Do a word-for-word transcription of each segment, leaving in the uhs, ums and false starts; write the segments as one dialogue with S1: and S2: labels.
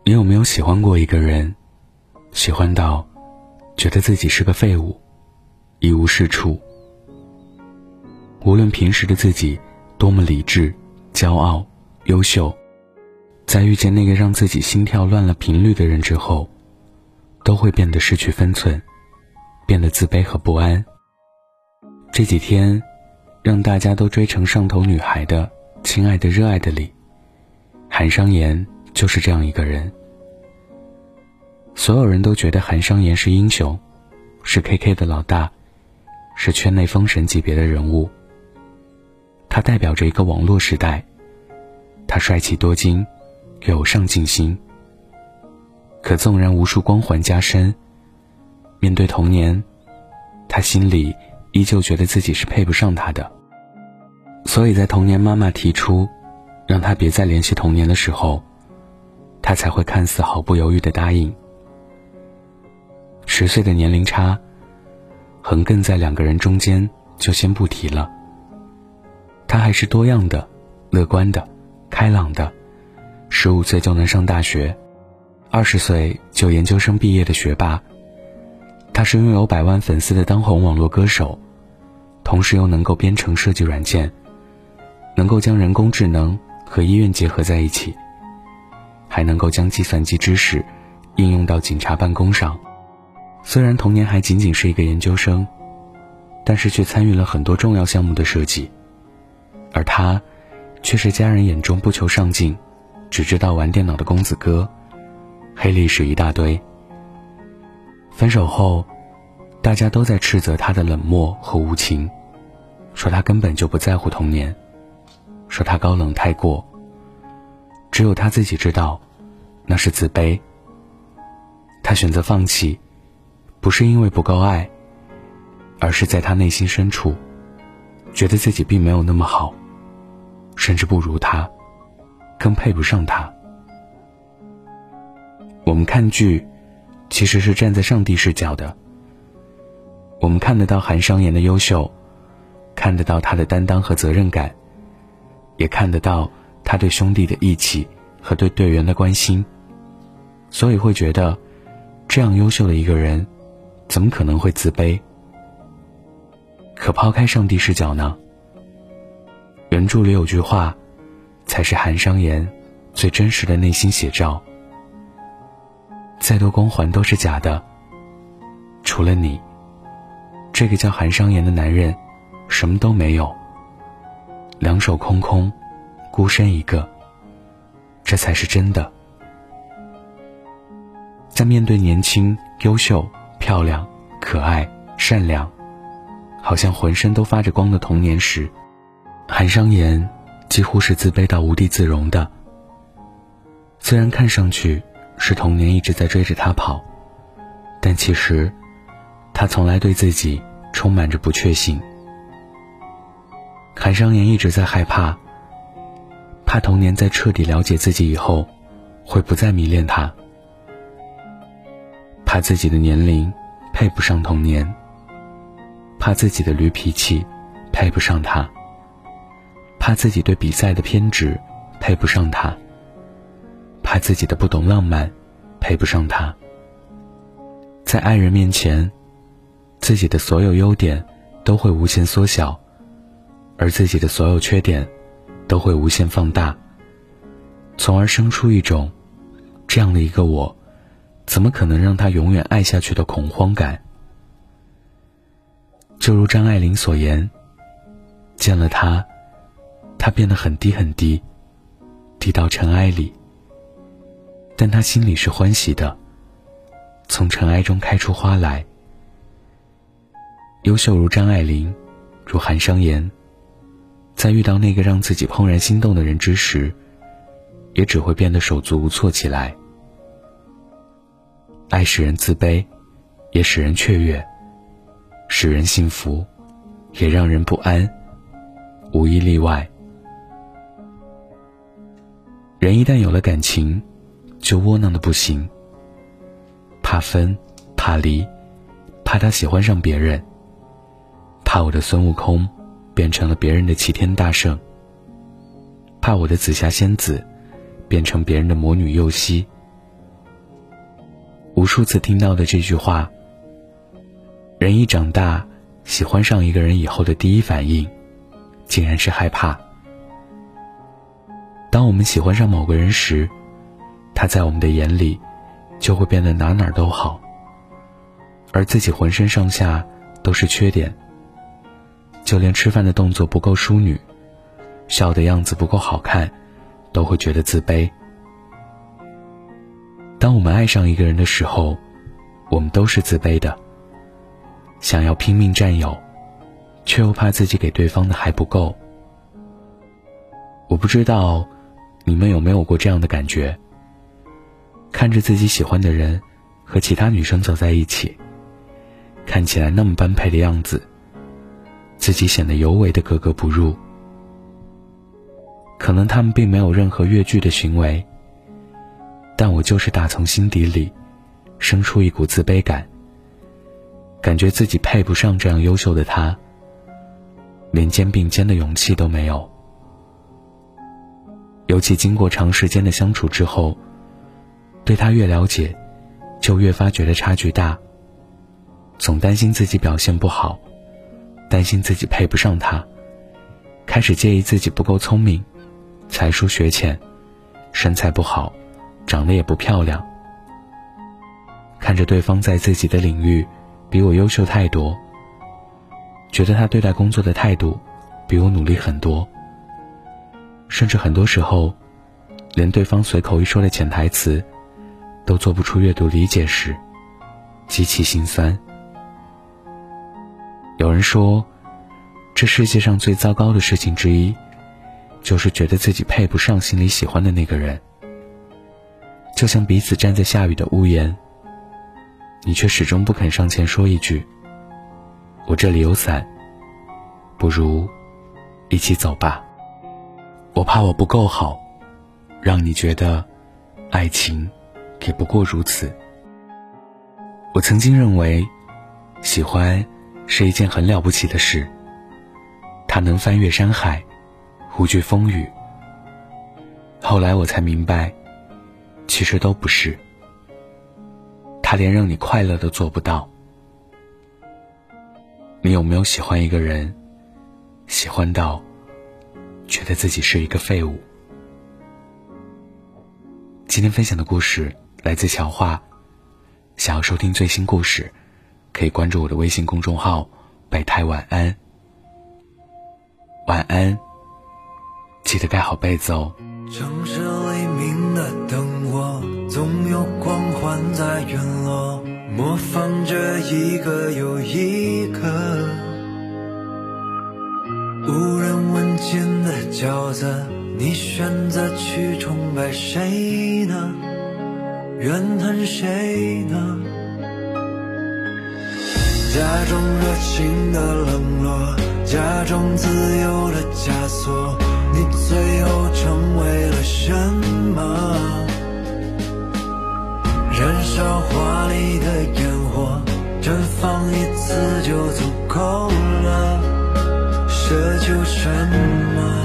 S1: 你有没有喜欢过一个人，喜欢到觉得自己是个废物，一无是处？无论平时的自己多么理智、骄傲、优秀，在遇见那个让自己心跳乱了频率的人之后，都会变得失去分寸，变得自卑和不安。这几天让大家都追成上头女孩的亲爱的热爱的里，韩商言就是这样一个人。所有人都觉得韩商言是英雄，是 K K 的老大，是圈内封神级别的人物。他代表着一个网络时代，他帅气多金，又有上进心。可纵然无数光环加身，面对童年，他心里依旧觉得自己是配不上他的。所以在童年妈妈提出让他别再联系童年的时候，他才会看似毫不犹豫地答应。十岁的年龄差，横亘在两个人中间就先不提了。他还是多样的、乐观的、开朗的，十五岁就能上大学，二十岁就研究生毕业的学霸。他是拥有百万粉丝的当红网络歌手，同时又能够编程设计软件，能够将人工智能和医院结合在一起，还能够将计算机知识应用到警察办公上。虽然童年还仅仅是一个研究生，但是却参与了很多重要项目的设计，而他却是家人眼中不求上进，只知道玩电脑的公子哥，黑历史一大堆。分手后，大家都在斥责他的冷漠和无情，说他根本就不在乎童年，说他高冷太过。只有他自己知道，那是自卑。他选择放弃，不是因为不够爱，而是在他内心深处，觉得自己并没有那么好，甚至不如他，更配不上他。我们看剧，其实是站在上帝视角的。我们看得到韩商言的优秀，看得到他的担当和责任感，也看得到他对兄弟的义气和对队员的关心，所以会觉得这样优秀的一个人怎么可能会自卑？可抛开上帝视角呢？原著里有句话，才是韩商言最真实的内心写照。再多光环都是假的，除了你，这个叫韩商言的男人什么都没有，两手空空，孤身一个，这才是真的。在面对年轻、优秀、漂亮、可爱、善良，好像浑身都发着光的童年时，韩商言几乎是自卑到无地自容的。虽然看上去是童年一直在追着他跑，但其实他从来对自己充满着不确信。韩商言一直在害怕，怕童年在彻底了解自己以后会不再迷恋他，怕自己的年龄配不上童年，怕自己的驴脾气配不上他，怕自己对比赛的偏执配不上他，怕自己的不懂浪漫配不上他。在爱人面前，自己的所有优点都会无限缩小，而自己的所有缺点都会无限放大，从而生出一种这样的一个我怎么可能让他永远爱下去的恐慌感。就如张爱玲所言，见了他，他变得很低很低，低到尘埃里，但他心里是欢喜的，从尘埃中开出花来。优秀如张爱玲，如韩商言，在遇到那个让自己怦然心动的人之时，也只会变得手足无措起来。爱使人自卑，也使人雀跃，使人幸福，也让人不安，无一例外。人一旦有了感情，就窝囊的不行，怕分，怕离，怕他喜欢上别人，怕我的孙悟空变成了别人的齐天大圣，怕我的紫霞仙子变成别人的魔女幼熙， 无数次听到的这句话，人一长大，喜欢上一个人以后的第一反应，竟然是害怕。当我们喜欢上某个人时，他在我们的眼里就会变得哪哪都好，而自己浑身上下都是缺点，就连吃饭的动作不够淑女，笑的样子不够好看，都会觉得自卑。当我们爱上一个人的时候，我们都是自卑的，想要拼命占有，却又怕自己给对方的还不够。我不知道你们有没有过这样的感觉，看着自己喜欢的人和其他女生走在一起，看起来那么般配的样子，自己显得尤为的格格不入。可能他们并没有任何越矩的行为，但我就是打从心底里生出一股自卑感，感觉自己配不上这样优秀的他，连肩并肩的勇气都没有。尤其经过长时间的相处之后，对他越了解，就越发觉得差距大，总担心自己表现不好，担心自己配不上他，开始介意自己不够聪明，才疏学浅，身材不好，长得也不漂亮。看着对方在自己的领域比我优秀太多，觉得他对待工作的态度比我努力很多，甚至很多时候连对方随口一说的潜台词都做不出阅读理解时，极其心酸。有人说，这世界上最糟糕的事情之一，就是觉得自己配不上心里喜欢的那个人。就像彼此站在下雨的屋檐，你却始终不肯上前说一句，我这里有伞，不如一起走吧。我怕我不够好，让你觉得爱情也不过如此。我曾经认为喜欢是一件很了不起的事，它能翻越山海，无惧风雨。后来我才明白，其实都不是，它连让你快乐都做不到。你有没有喜欢一个人，喜欢到觉得自己是一个废物？今天分享的故事来自乔画，想要收听最新故事，可以关注我的微信公众号备胎晚安。晚安，记得盖好被子哦。
S2: 城市黎明的灯火，总有光环在陨落，模仿着一个又一个无人问津的角色，你选择去崇拜谁呢？怨恨谁呢？假装热情的冷落，假装自由的枷锁，你最后成为了什么？燃烧华丽的烟火，绽放一次就足够了，奢求什么？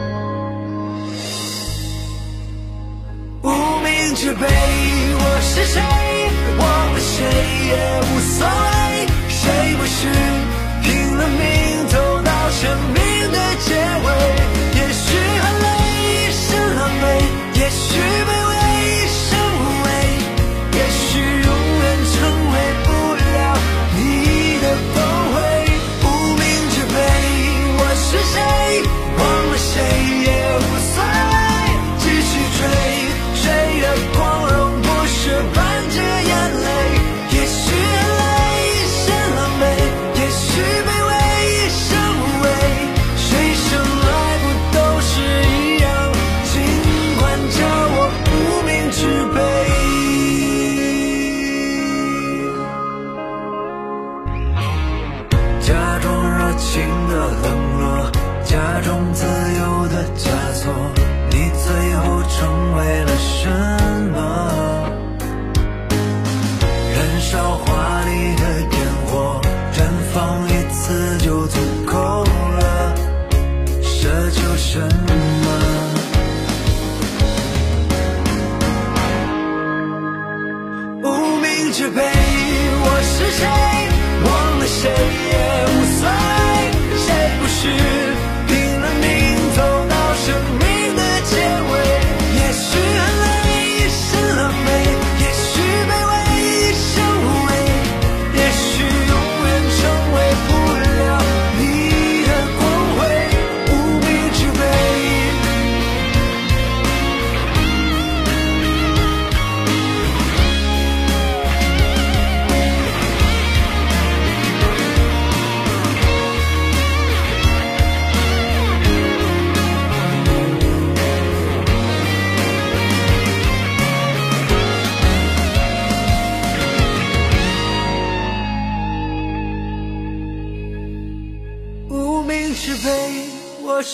S2: 无名之辈，我是谁？忘了谁也无所谓，谁不是拼了命走到生命的结尾？也许很累，是狼狈，也许卑微，是无畏，也许永远成为不了你的光辉。无名之辈，我是谁？忘了谁也无所谓，继续追，追的光荣不是伴着眼泪。也许很累，是狼狈，也许卑微，是无畏，谁生来不懂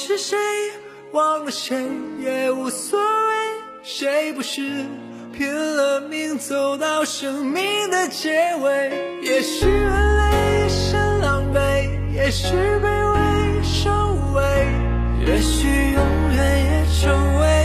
S2: 是谁，忘了谁也无所谓，谁不是拼了命走到生命的结尾？也许很累，很狼狈，也许卑微收尾，也许永远也成为